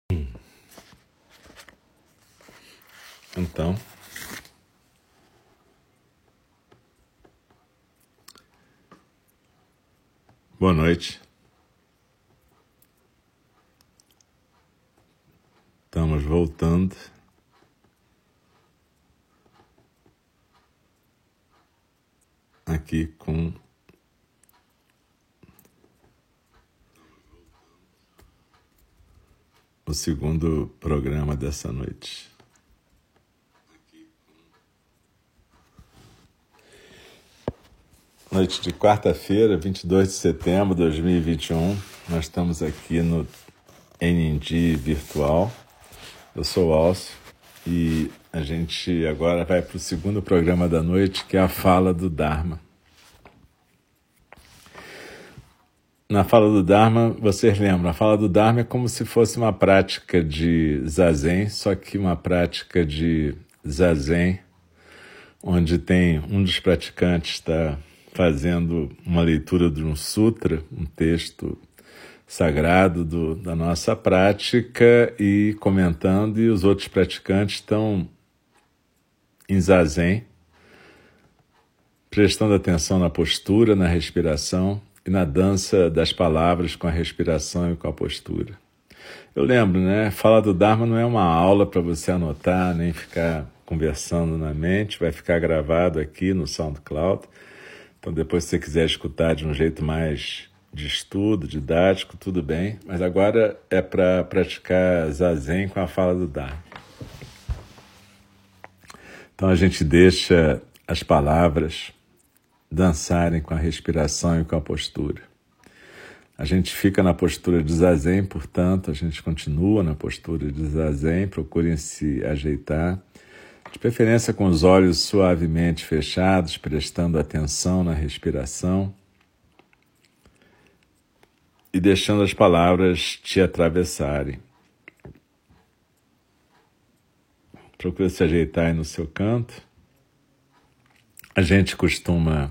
Então, boa noite. Estamos voltando aqui com o segundo programa dessa noite. Noite de quarta-feira, 22 de setembro de 2021, nós estamos aqui no NND virtual. Eu sou o Alcio e a gente agora vai para o segundo programa da noite, que é a fala do Dharma. Na fala do Dharma, vocês lembram, a fala do Dharma é como se fosse uma prática de Zazen, só que uma prática de Zazen, onde tem um dos praticantes está fazendo uma leitura de um sutra, um texto sagrado da nossa prática e comentando, e os outros praticantes estão em Zazen, prestando atenção na postura, na respiração e na dança das palavras com a respiração e com a postura. Eu lembro, né? Fala do Dharma não é uma aula para você anotar, nem ficar conversando na mente, vai ficar gravado aqui no SoundCloud. Então depois, se você quiser escutar de um jeito mais de estudo, didático, tudo bem. Mas agora é para praticar Zazen com a fala do Dharma. Então a gente deixa as palavras dançarem com a respiração e com a postura. A gente fica na postura de Zazen, portanto, a gente continua na postura de Zazen, procurem se ajeitar, de preferência com os olhos suavemente fechados, prestando atenção na respiração e deixando as palavras te atravessarem. Procure se ajeitar aí no seu canto. A gente costuma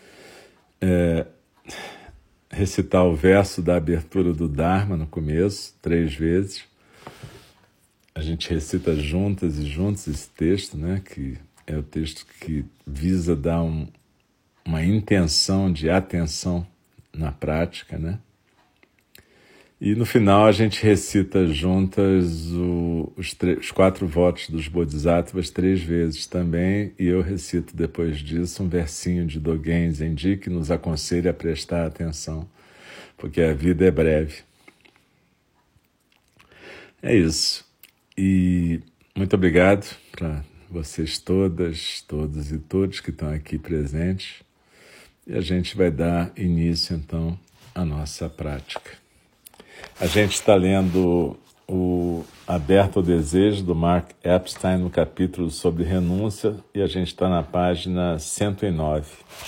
recitar o verso da abertura do Dharma no começo, 3 vezes. A gente recita juntas e juntos esse texto, né, que é o texto que visa dar uma intenção de atenção na prática, né? E no final a gente recita juntas os 4 votos dos Bodhisattvas 3 vezes também, e eu recito depois disso um versinho de Dogen Zenji que nos aconselha a prestar atenção, porque a vida é breve. É isso. E muito obrigado para vocês todas, todos e todos que estão aqui presentes. E a gente vai dar início, então, à nossa prática. A gente está lendo o Aberto ao Desejo, do Mark Epstein, no capítulo sobre renúncia, e a gente está na página 109.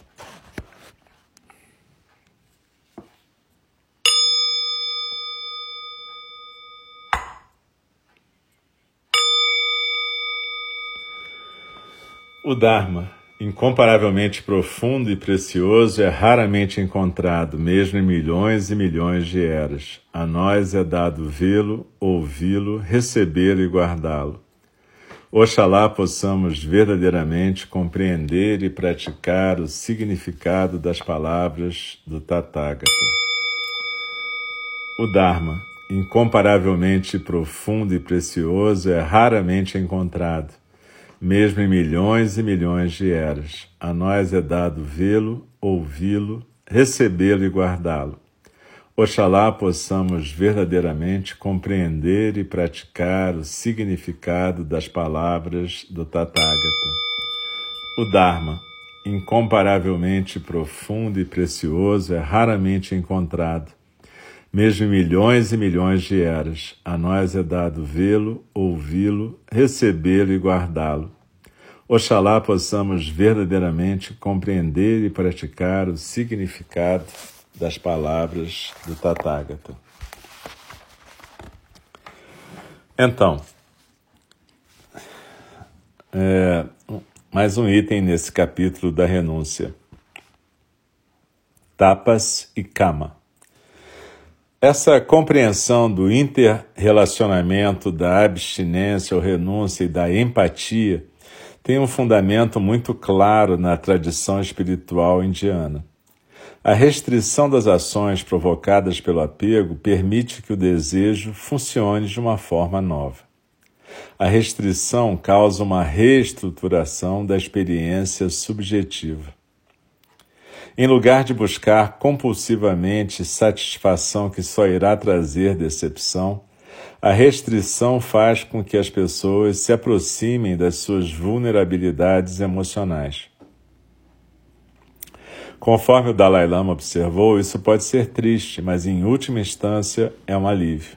O Dharma, incomparavelmente profundo e precioso, é raramente encontrado, mesmo em milhões e milhões de eras. A nós é dado vê-lo, ouvi-lo, recebê-lo e guardá-lo. Oxalá possamos verdadeiramente compreender e praticar o significado das palavras do Tathagata. O Dharma, incomparavelmente profundo e precioso, é raramente encontrado, mesmo em milhões e milhões de eras. A nós é dado vê-lo, ouvi-lo, recebê-lo e guardá-lo. Oxalá possamos verdadeiramente compreender e praticar o significado das palavras do Tathagata. O Dharma, incomparavelmente profundo e precioso, é raramente encontrado, mesmo em milhões e milhões de eras. A nós é dado vê-lo, ouvi-lo, recebê-lo e guardá-lo. Oxalá possamos verdadeiramente compreender e praticar o significado das palavras do Tathagata. Então, mais um item nesse capítulo da renúncia. Tapas e Kama. Essa compreensão do interrelacionamento, da abstinência ou renúncia e da empatia tem um fundamento muito claro na tradição espiritual indiana. A restrição das ações provocadas pelo apego permite que o desejo funcione de uma forma nova. A restrição causa uma reestruturação da experiência subjetiva. Em lugar de buscar compulsivamente satisfação que só irá trazer decepção, a restrição faz com que as pessoas se aproximem das suas vulnerabilidades emocionais. Conforme o Dalai Lama observou, isso pode ser triste, mas em última instância é um alívio.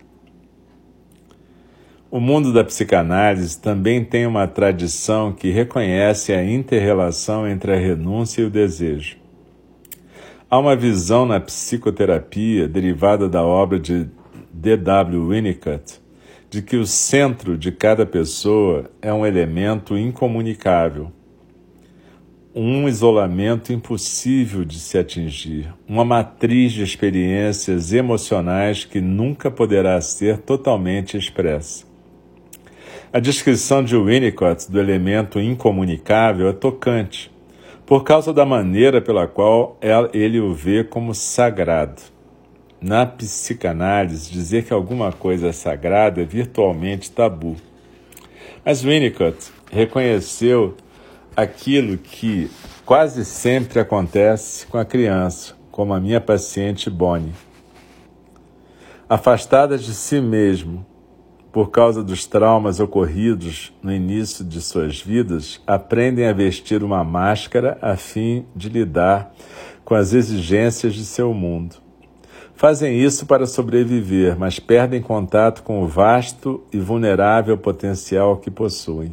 O mundo da psicanálise também tem uma tradição que reconhece a inter-relação entre a renúncia e o desejo. Há uma visão na psicoterapia, derivada da obra de D.W. Winnicott, de que o centro de cada pessoa é um elemento incomunicável, um isolamento impossível de se atingir, uma matriz de experiências emocionais que nunca poderá ser totalmente expressa. A descrição de Winnicott do elemento incomunicável é tocante, por causa da maneira pela qual ele o vê como sagrado. Na psicanálise, dizer que alguma coisa é sagrada é virtualmente tabu. Mas Winnicott reconheceu aquilo que quase sempre acontece com a criança, como a minha paciente Bonnie. Afastada de si mesmo, por causa dos traumas ocorridos no início de suas vidas, aprendem a vestir uma máscara a fim de lidar com as exigências de seu mundo. Fazem isso para sobreviver, mas perdem contato com o vasto e vulnerável potencial que possuem.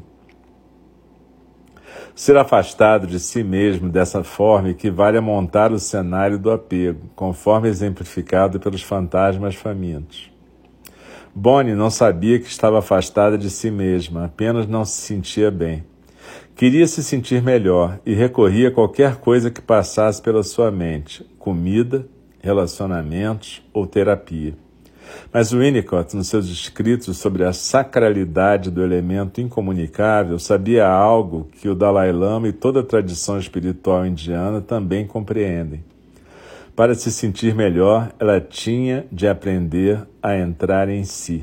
Ser afastado de si mesmo dessa forma equivale a montar o cenário do apego, conforme exemplificado pelos fantasmas famintos. Bonnie não sabia que estava afastada de si mesma, apenas não se sentia bem. Queria se sentir melhor e recorria a qualquer coisa que passasse pela sua mente, comida, relacionamentos ou terapia. Mas Winnicott, nos seus escritos sobre a sacralidade do elemento incomunicável, sabia algo que o Dalai Lama e toda a tradição espiritual indiana também compreendem. Para se sentir melhor, ela tinha de aprender a entrar em si.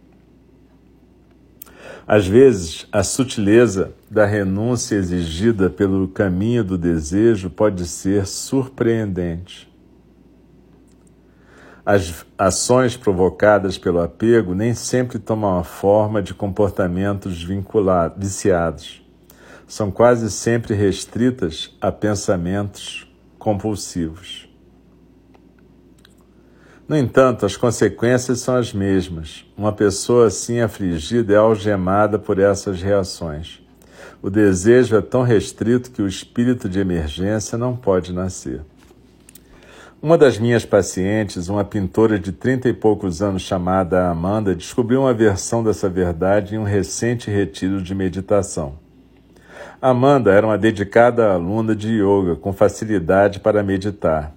Às vezes, a sutileza da renúncia exigida pelo caminho do desejo pode ser surpreendente. As ações provocadas pelo apego nem sempre tomam a forma de comportamentos viciados. São quase sempre restritas a pensamentos compulsivos. No entanto, as consequências são as mesmas. Uma pessoa assim afligida é algemada por essas reações. O desejo é tão restrito que o espírito de emergência não pode nascer. Uma das minhas pacientes, uma pintora de 30 e poucos anos chamada Amanda, descobriu uma versão dessa verdade em um recente retiro de meditação. Amanda era uma dedicada aluna de yoga, com facilidade para meditar.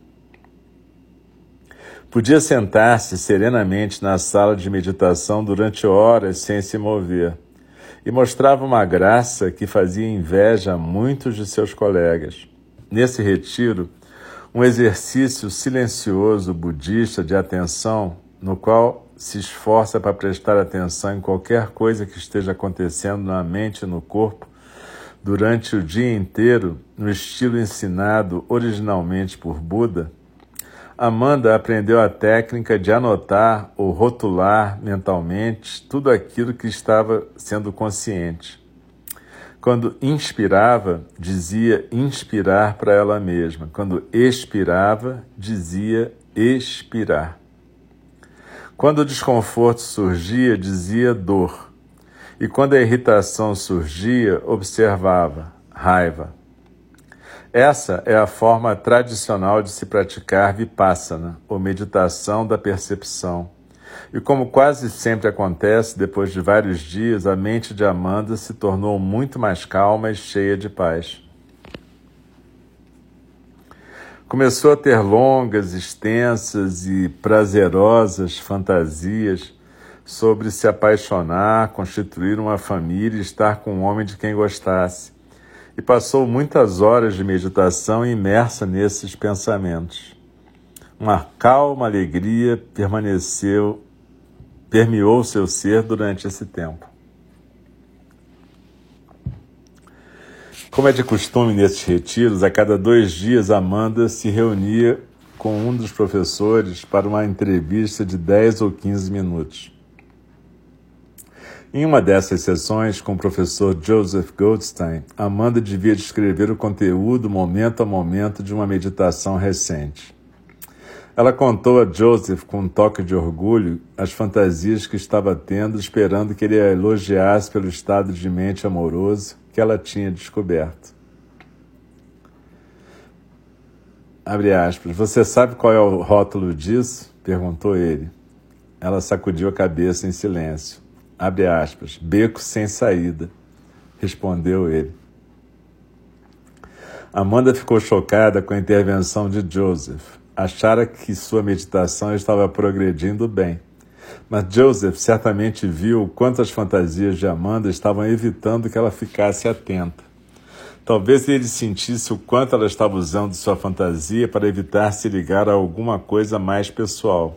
Podia sentar-se serenamente na sala de meditação durante horas sem se mover, e mostrava uma graça que fazia inveja a muitos de seus colegas. Nesse retiro, um exercício silencioso budista de atenção, no qual se esforça para prestar atenção em qualquer coisa que esteja acontecendo na mente e no corpo, durante o dia inteiro, no estilo ensinado originalmente por Buda, Amanda aprendeu a técnica de anotar ou rotular mentalmente tudo aquilo que estava sendo consciente. Quando inspirava, dizia inspirar para ela mesma. Quando expirava, dizia expirar. Quando o desconforto surgia, dizia dor. E quando a irritação surgia, observava raiva. Essa é a forma tradicional de se praticar vipassana, ou meditação da percepção. E como quase sempre acontece, depois de vários dias, a mente de Amanda se tornou muito mais calma e cheia de paz. Começou a ter longas, extensas e prazerosas fantasias sobre se apaixonar, constituir uma família e estar com um homem de quem gostasse. E passou muitas horas de meditação imersa nesses pensamentos. Uma calma alegria permeou seu ser durante esse tempo. Como é de costume nesses retiros, a cada 2 dias Amanda se reunia com um dos professores para uma entrevista de 10 ou 15 minutos. Em uma dessas sessões, com o professor Joseph Goldstein, Amanda devia descrever o conteúdo momento a momento de uma meditação recente. Ela contou a Joseph com um toque de orgulho as fantasias que estava tendo, esperando que ele a elogiasse pelo estado de mente amoroso que ela tinha descoberto. Abre aspas. Você sabe qual é o rótulo disso? Perguntou ele. Ela sacudiu a cabeça em silêncio. Abre aspas. Beco sem saída, respondeu ele. Amanda ficou chocada com a intervenção de Joseph. Achara que sua meditação estava progredindo bem. Mas Joseph certamente viu o quanto as fantasias de Amanda estavam evitando que ela ficasse atenta. Talvez ele sentisse o quanto ela estava usando sua fantasia para evitar se ligar a alguma coisa mais pessoal.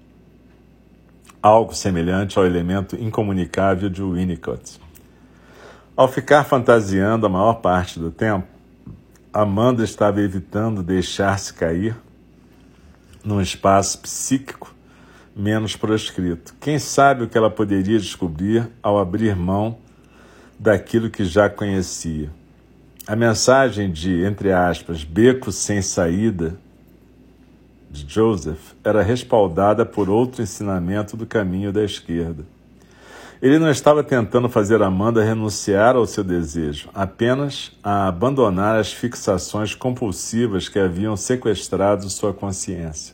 Algo semelhante ao elemento incomunicável de Winnicott. Ao ficar fantasiando a maior parte do tempo, Amanda estava evitando deixar-se cair num espaço psíquico menos proscrito. Quem sabe o que ela poderia descobrir ao abrir mão daquilo que já conhecia. A mensagem de, entre aspas, beco sem saída de Joseph era respaldada por outro ensinamento do caminho da esquerda. Ele não estava tentando fazer Amanda renunciar ao seu desejo, apenas a abandonar as fixações compulsivas que haviam sequestrado sua consciência.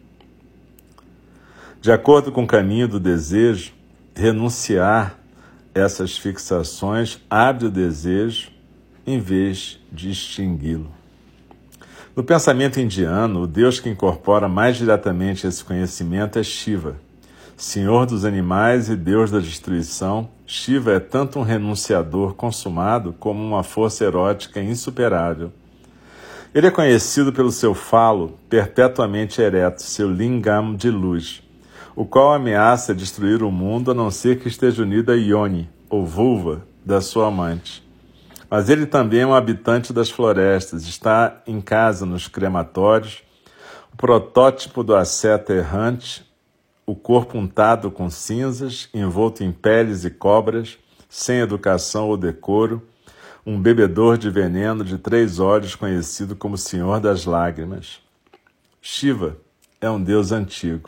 De acordo com o caminho do desejo, renunciar essas fixações abre o desejo em vez de extingui-lo. No pensamento indiano, o Deus que incorpora mais diretamente esse conhecimento é Shiva. Senhor dos animais e Deus da destruição, Shiva é tanto um renunciador consumado como uma força erótica insuperável. Ele é conhecido pelo seu falo perpetuamente ereto, seu lingam de luz, o qual ameaça destruir o mundo a não ser que esteja unido a Yoni, ou vulva, da sua amante. Mas ele também é um habitante das florestas, está em casa nos crematórios, o protótipo do asceta errante, o corpo untado com cinzas, envolto em peles e cobras, sem educação ou decoro, um bebedor de veneno de 3 olhos conhecido como Senhor das Lágrimas. Shiva é um deus antigo.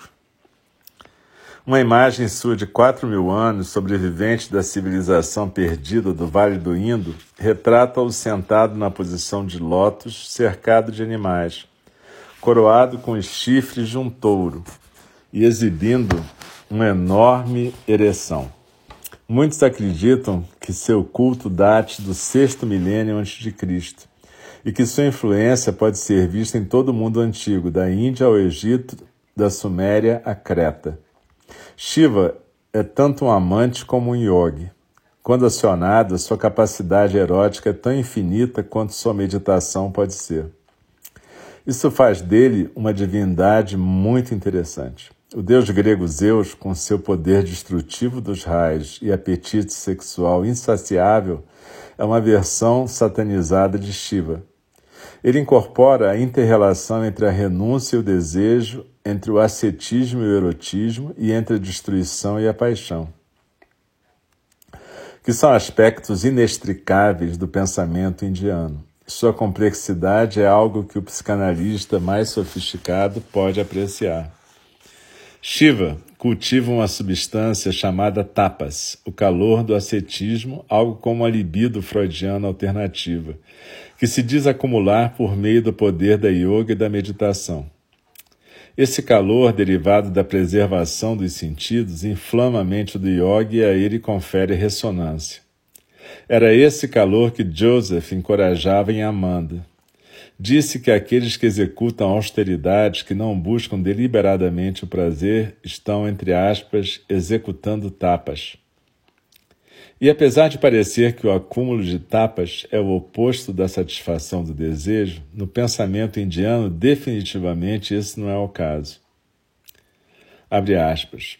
Uma imagem sua de 4.000 anos, sobrevivente da civilização perdida do Vale do Indo, retrata-o sentado na posição de lótus, cercado de animais, coroado com os chifres de um touro e exibindo uma enorme ereção. Muitos acreditam que seu culto date do 6º milênio a.C. e que sua influência pode ser vista em todo o mundo antigo, da Índia ao Egito, da Suméria a Creta. Shiva é tanto um amante como um yogi. Quando acionado, sua capacidade erótica é tão infinita quanto sua meditação pode ser. Isso faz dele uma divindade muito interessante. O deus grego Zeus, com seu poder destrutivo dos raios e apetite sexual insaciável, é uma versão satanizada de Shiva. Ele incorpora a inter-relação entre a renúncia e o desejo, entre o ascetismo e o erotismo e entre a destruição e a paixão, que são aspectos inextricáveis do pensamento indiano. Sua complexidade é algo que o psicanalista mais sofisticado pode apreciar. Shiva cultiva uma substância chamada tapas, o calor do ascetismo, algo como a libido freudiana alternativa, que se diz acumular por meio do poder da yoga e da meditação. Esse calor, derivado da preservação dos sentidos, inflama a mente do yogi e a ele confere ressonância. Era esse calor que Joseph encorajava em Amanda. Disse que aqueles que executam austeridades, que não buscam deliberadamente o prazer, estão, entre aspas, executando tapas. E apesar de parecer que o acúmulo de tapas é o oposto da satisfação do desejo, no pensamento indiano, definitivamente esse não é o caso. Abre aspas.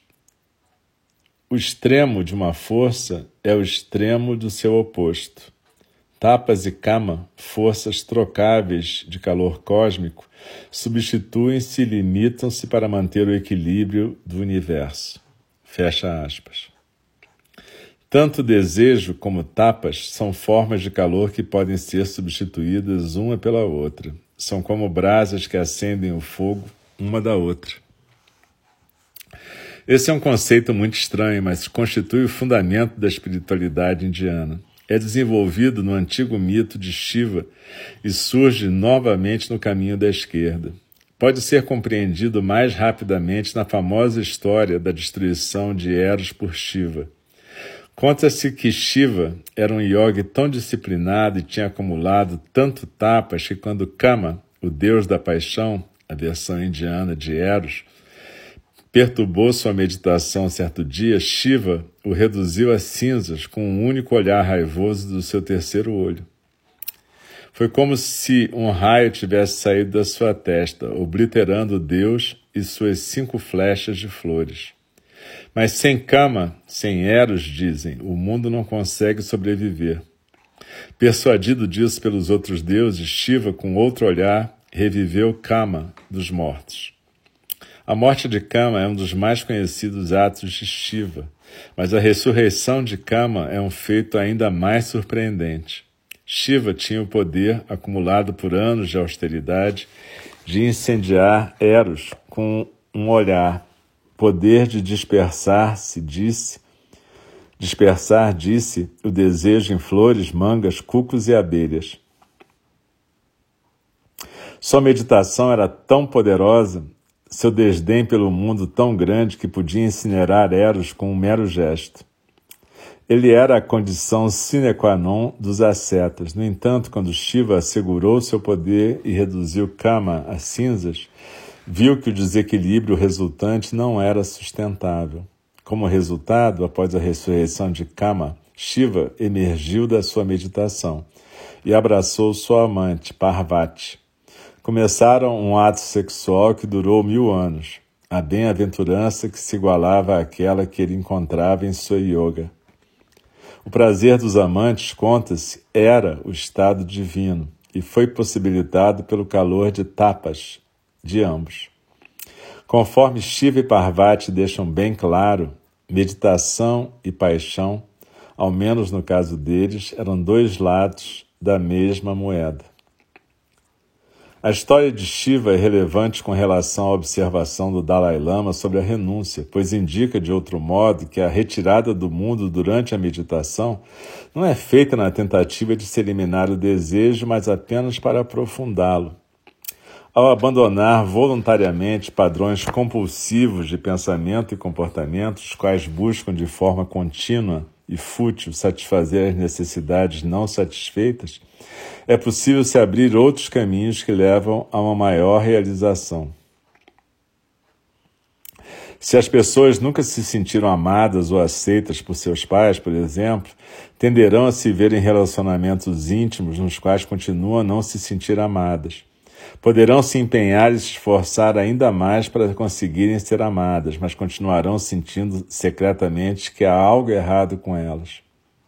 O extremo de uma força é o extremo do seu oposto. Tapas e kama, forças trocáveis de calor cósmico, substituem-se e limitam-se para manter o equilíbrio do universo. Fecha aspas. Tanto desejo como tapas são formas de calor que podem ser substituídas uma pela outra. São como brasas que acendem o fogo uma da outra. Esse é um conceito muito estranho, mas constitui o fundamento da espiritualidade indiana. É desenvolvido no antigo mito de Shiva e surge novamente no caminho da esquerda. Pode ser compreendido mais rapidamente na famosa história da destruição de Eros por Shiva. Conta-se que Shiva era um yogi tão disciplinado e tinha acumulado tanto tapas que quando Kama, o deus da paixão, a versão indiana de Eros, perturbou sua meditação certo dia, Shiva o reduziu a cinzas com um único olhar raivoso do seu terceiro olho. Foi como se um raio tivesse saído da sua testa, obliterando o Deus e suas 5 flechas de flores. Mas sem Kama, sem Eros, dizem, o mundo não consegue sobreviver. Persuadido disso pelos outros deuses, Shiva, com outro olhar, reviveu Kama dos mortos. A morte de Kama é um dos mais conhecidos atos de Shiva, mas a ressurreição de Kama é um feito ainda mais surpreendente. Shiva tinha o poder, acumulado por anos de austeridade, de incendiar Eros com um olhar, poder de dispersar, disse, o desejo em flores, mangas, cucos e abelhas. Sua meditação era tão poderosa, seu desdém pelo mundo tão grande que podia incinerar Eros com um mero gesto. Ele era a condição sine qua non dos ascetas. No entanto, quando Shiva assegurou seu poder e reduziu Kama a cinzas, viu que o desequilíbrio resultante não era sustentável. Como resultado, após a ressurreição de Kama, Shiva emergiu da sua meditação e abraçou sua amante, Parvati. Começaram um ato sexual que durou 1000 anos, a bem-aventurança que se igualava àquela que ele encontrava em sua yoga. O prazer dos amantes, conta-se, era o estado divino e foi possibilitado pelo calor de tapas de ambos. Conforme Shiva e Parvati deixam bem claro, meditação e paixão, ao menos no caso deles, eram 2 lados da mesma moeda. A história de Shiva é relevante com relação à observação do Dalai Lama sobre a renúncia, pois indica, de outro modo, que a retirada do mundo durante a meditação não é feita na tentativa de se eliminar o desejo, mas apenas para aprofundá-lo. Ao abandonar voluntariamente padrões compulsivos de pensamento e comportamento, os quais buscam de forma contínua e fútil satisfazer as necessidades não satisfeitas, é possível se abrir outros caminhos que levam a uma maior realização. Se as pessoas nunca se sentiram amadas ou aceitas por seus pais, por exemplo, tenderão a se ver em relacionamentos íntimos nos quais continuam a não se sentir amadas. Poderão se empenhar e se esforçar ainda mais para conseguirem ser amadas, mas continuarão sentindo secretamente que há algo errado com elas.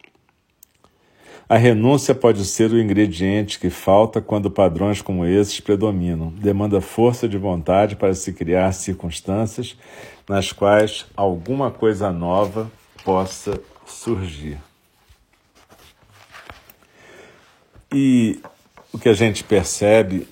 A renúncia pode ser o ingrediente que falta quando padrões como esses predominam. Demanda força de vontade para se criar circunstâncias nas quais alguma coisa nova possa surgir. E o que a gente percebe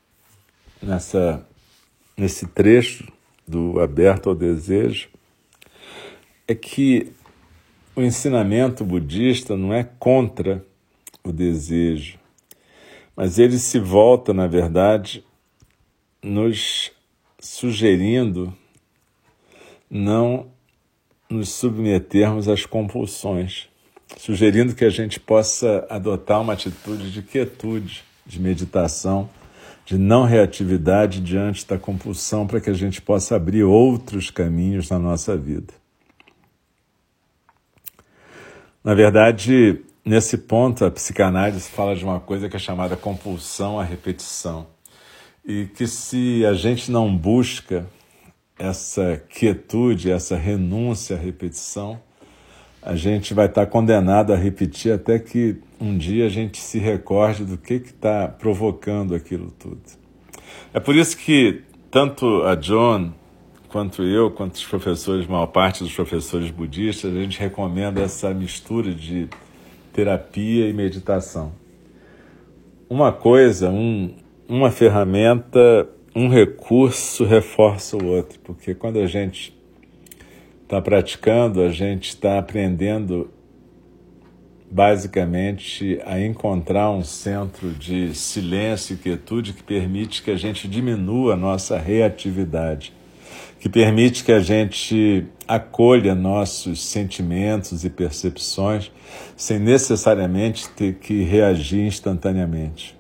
nesse trecho do Aberto ao Desejo é que o ensinamento budista não é contra o desejo, mas ele se volta, na verdade, nos sugerindo não nos submetermos às compulsões, sugerindo que a gente possa adotar uma atitude de quietude, de meditação, de não reatividade diante da compulsão, para que a gente possa abrir outros caminhos na nossa vida. Na verdade, nesse ponto, a psicanálise fala de uma coisa que é chamada compulsão à repetição. E que se a gente não busca essa quietude, essa renúncia à repetição, a gente vai estar condenado a repetir até que um dia a gente se recorde do que está provocando aquilo tudo. É por isso que tanto a Joan, quanto eu, quanto os professores, maior parte dos professores budistas, a gente recomenda essa mistura de terapia e meditação. Uma coisa, uma ferramenta, um recurso reforça o outro, porque quando a gente está praticando, a gente está aprendendo basicamente a encontrar um centro de silêncio e quietude que permite que a gente diminua a nossa reatividade, que permite que a gente acolha nossos sentimentos e percepções sem necessariamente ter que reagir instantaneamente.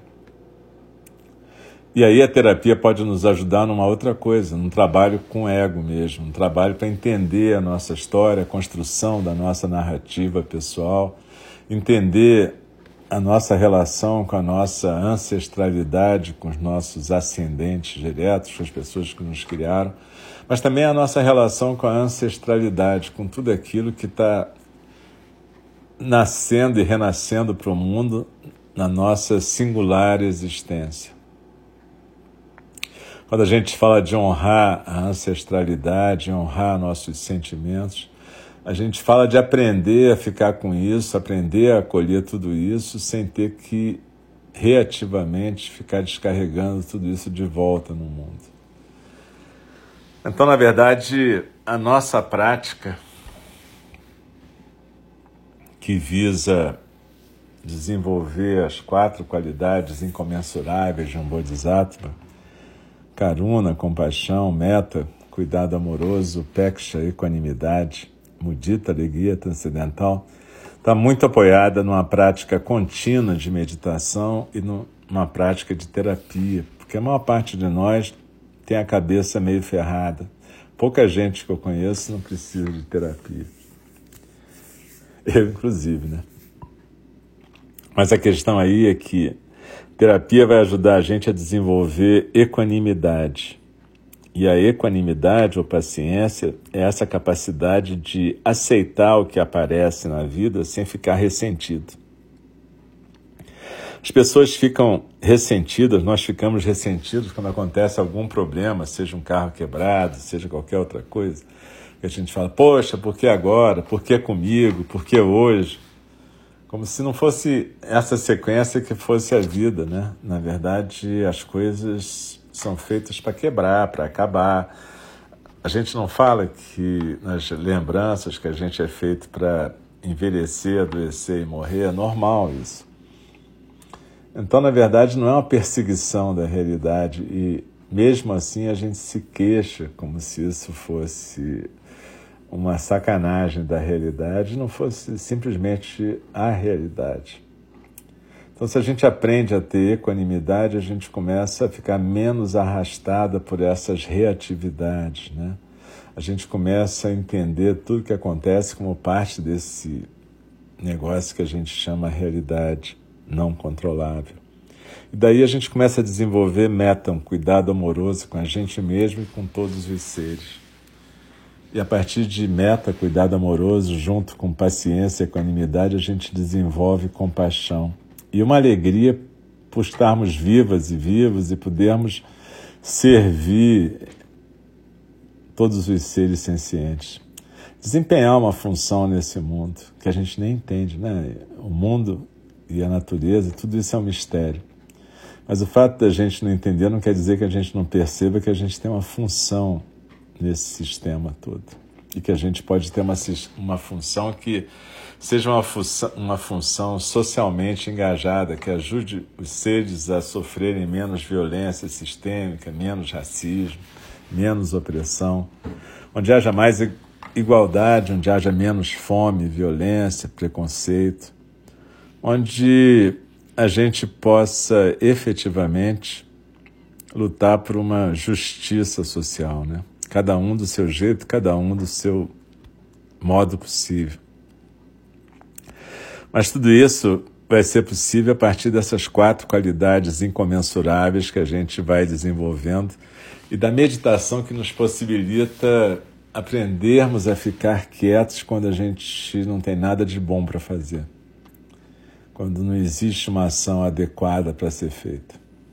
E aí a terapia pode nos ajudar numa outra coisa, num trabalho com o ego mesmo, um trabalho para entender a nossa história, a construção da nossa narrativa pessoal, entender a nossa relação com a nossa ancestralidade, com os nossos ascendentes diretos, com as pessoas que nos criaram, mas também a nossa relação com a ancestralidade, com tudo aquilo que está nascendo e renascendo para o mundo na nossa singular existência. Quando a gente fala de honrar a ancestralidade, honrar nossos sentimentos, a gente fala de aprender a ficar com isso, aprender a acolher tudo isso, sem ter que reativamente ficar descarregando tudo isso de volta no mundo. Então, na verdade, a nossa prática, que visa desenvolver as 4 qualidades incomensuráveis de um Bodhisattva, Karuna, compaixão, metta, cuidado amoroso, upeksha, equanimidade, mudita, alegria transcendental, está muito apoiada numa prática contínua de meditação e numa prática de terapia, porque a maior parte de nós tem a cabeça meio ferrada. Pouca gente que eu conheço não precisa de terapia. Eu, inclusive, né? Mas a questão aí é que terapia vai ajudar a gente a desenvolver equanimidade. E a equanimidade ou paciência é essa capacidade de aceitar o que aparece na vida sem ficar ressentido. As pessoas ficam ressentidas, nós ficamos ressentidos quando acontece algum problema, seja um carro quebrado, seja qualquer outra coisa. A gente fala, poxa, por que agora? Por que comigo? Por que hoje? Como se não fosse essa sequência que fosse a vida, né? Na verdade, as coisas são feitas para quebrar, para acabar. A gente não fala que nas lembranças que a gente é feito para envelhecer, adoecer e morrer, é normal isso. Então, na verdade, não é uma perseguição da realidade e, mesmo assim, a gente se queixa como se isso fosse uma sacanagem da realidade, não fosse simplesmente a realidade. Então, se a gente aprende a ter equanimidade, a gente começa a ficar menos arrastada por essas reatividades, né? A gente começa a entender tudo que acontece como parte desse negócio que a gente chama realidade não controlável. E daí a gente começa a desenvolver metta, um cuidado amoroso com a gente mesmo e com todos os seres. E a partir de metta, cuidado amoroso, junto com paciência e equanimidade, a gente desenvolve compaixão. E uma alegria por estarmos vivas e vivos e podermos servir todos os seres sencientes. Desempenhar uma função nesse mundo que a gente nem entende, né? O mundo e a natureza, tudo isso é um mistério. Mas o fato da gente não entender não quer dizer que a gente não perceba que a gente tem uma função nesse sistema todo. E que a gente pode ter uma função que seja uma função socialmente engajada, que ajude os seres a sofrerem menos violência sistêmica, menos racismo, menos opressão, onde haja mais igualdade, onde haja menos fome, violência, preconceito, onde a gente possa efetivamente lutar por uma justiça social, né? Cada um do seu jeito, cada um do seu modo possível. Mas tudo isso vai ser possível a partir dessas 4 qualidades incomensuráveis que a gente vai desenvolvendo e da meditação que nos possibilita aprendermos a ficar quietos quando a gente não tem nada de bom para fazer, quando não existe uma ação adequada para ser feita.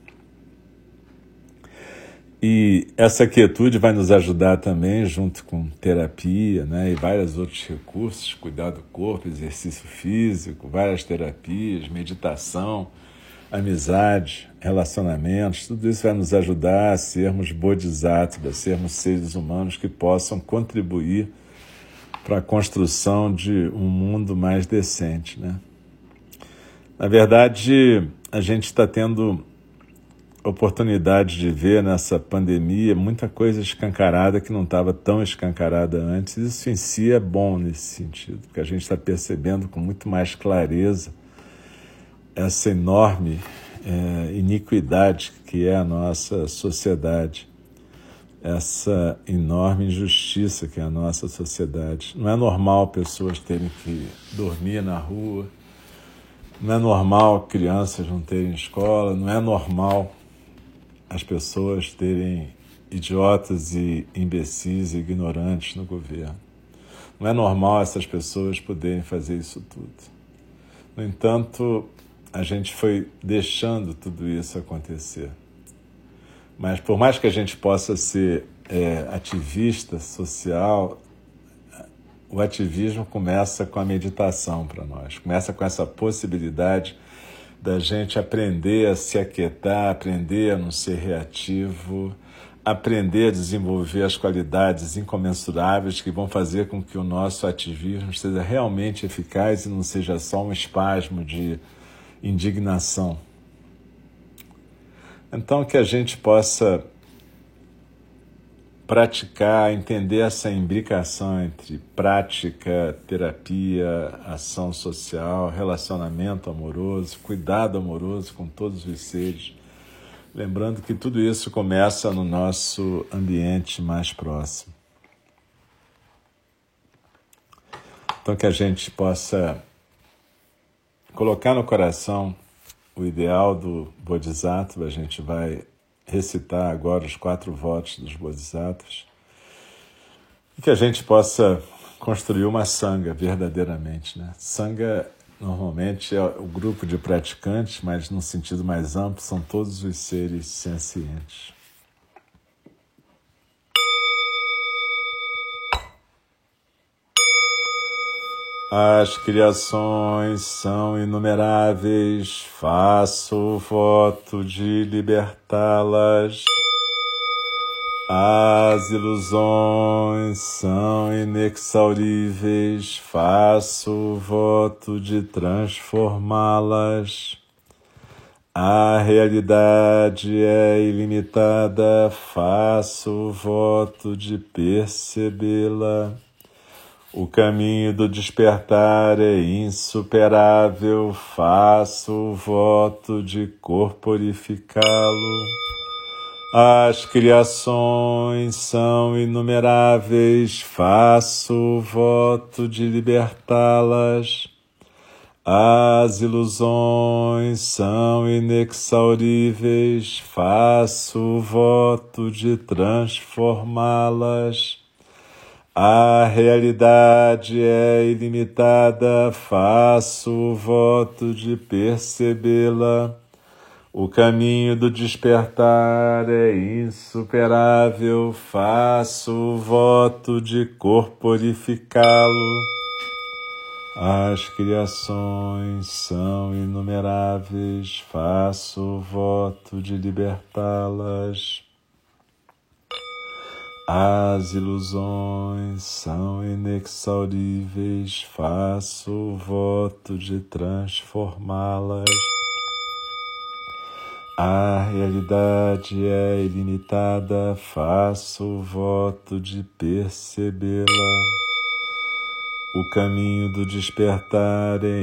E essa quietude vai nos ajudar também, junto com terapia, né, e vários outros recursos, cuidar do corpo, exercício físico, várias terapias, meditação, amizade, relacionamentos, tudo isso vai nos ajudar a sermos bodhisattvas, a sermos seres humanos que possam contribuir para a construção de um mundo mais decente, né? Na verdade, a gente está tendo oportunidade de ver nessa pandemia muita coisa escancarada que não estava tão escancarada antes. Isso em si é bom nesse sentido, porque a gente está percebendo com muito mais clareza essa enorme iniquidade que é a nossa sociedade, essa enorme injustiça que é a nossa sociedade. Não é normal pessoas terem que dormir na rua, não é normal crianças não terem escola, não é normal as pessoas terem idiotas e imbecis e ignorantes no governo. Não é normal essas pessoas poderem fazer isso tudo. No entanto, a gente foi deixando tudo isso acontecer. Mas por mais que a gente possa ser ativista social, o ativismo começa com a meditação para nós, começa com essa possibilidade da gente aprender a se aquietar, aprender a não ser reativo, aprender a desenvolver as qualidades incomensuráveis que vão fazer com que o nosso ativismo seja realmente eficaz e não seja só um espasmo de indignação. Então, que a gente possa praticar, entender essa imbricação entre prática, terapia, ação social, relacionamento amoroso, cuidado amoroso com todos os seres, lembrando que tudo isso começa no nosso ambiente mais próximo. Então que a gente possa colocar no coração o ideal do Bodhisattva. A gente vai recitar agora os 4 votos dos Bodhisattvas, e que a gente possa construir uma Sangha verdadeiramente, né? Sangha normalmente é o grupo de praticantes, mas num sentido mais amplo são todos os seres sencientes. As criações são inumeráveis, faço o voto de libertá-las. As ilusões são inexauríveis, faço o voto de transformá-las. A realidade é ilimitada, faço o voto de percebê-la. O caminho do despertar é insuperável, faço o voto de corporificá-lo. As criações são inumeráveis, faço o voto de libertá-las. As ilusões são inexauríveis, faço o voto de transformá-las. A realidade é ilimitada, faço o voto de percebê-la. O caminho do despertar é insuperável, faço o voto de corporificá-lo. As criações são inumeráveis, faço o voto de libertá-las. As ilusões são inexauríveis, faço o voto de transformá-las. A realidade é ilimitada, faço o voto de percebê-la. O caminho do despertar é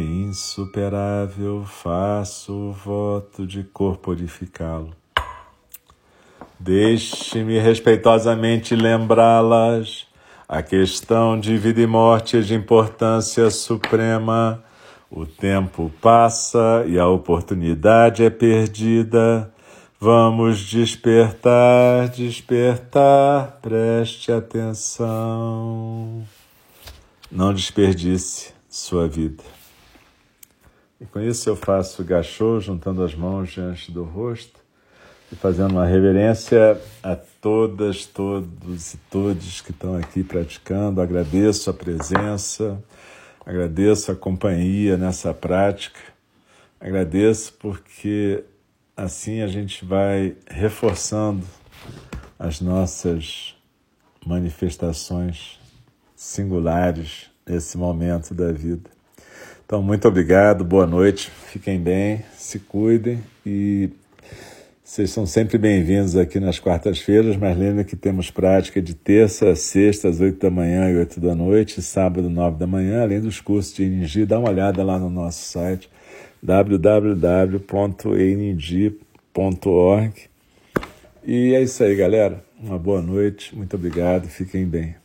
insuperável, faço o voto de corporificá-lo. Deixe-me respeitosamente lembrá-las. A questão de vida e morte é de importância suprema. O tempo passa e a oportunidade é perdida. Vamos despertar, despertar, preste atenção. Não desperdice sua vida. E com isso eu faço gachô, juntando as mãos diante do rosto e fazendo uma reverência a todas, todos e todes que estão aqui praticando. Agradeço a presença, agradeço a companhia nessa prática, agradeço porque assim a gente vai reforçando as nossas manifestações singulares nesse momento da vida. Então, muito obrigado, boa noite, fiquem bem, se cuidem e vocês são sempre bem-vindos aqui nas quartas-feiras, mas lembrem que temos prática de terça a sexta, às 8 da manhã e 8 da noite, sábado, 9 da manhã, além dos cursos de ENG. Dá uma olhada lá no nosso site, www.eng.org. E é isso aí, galera. Uma boa noite, muito obrigado, fiquem bem.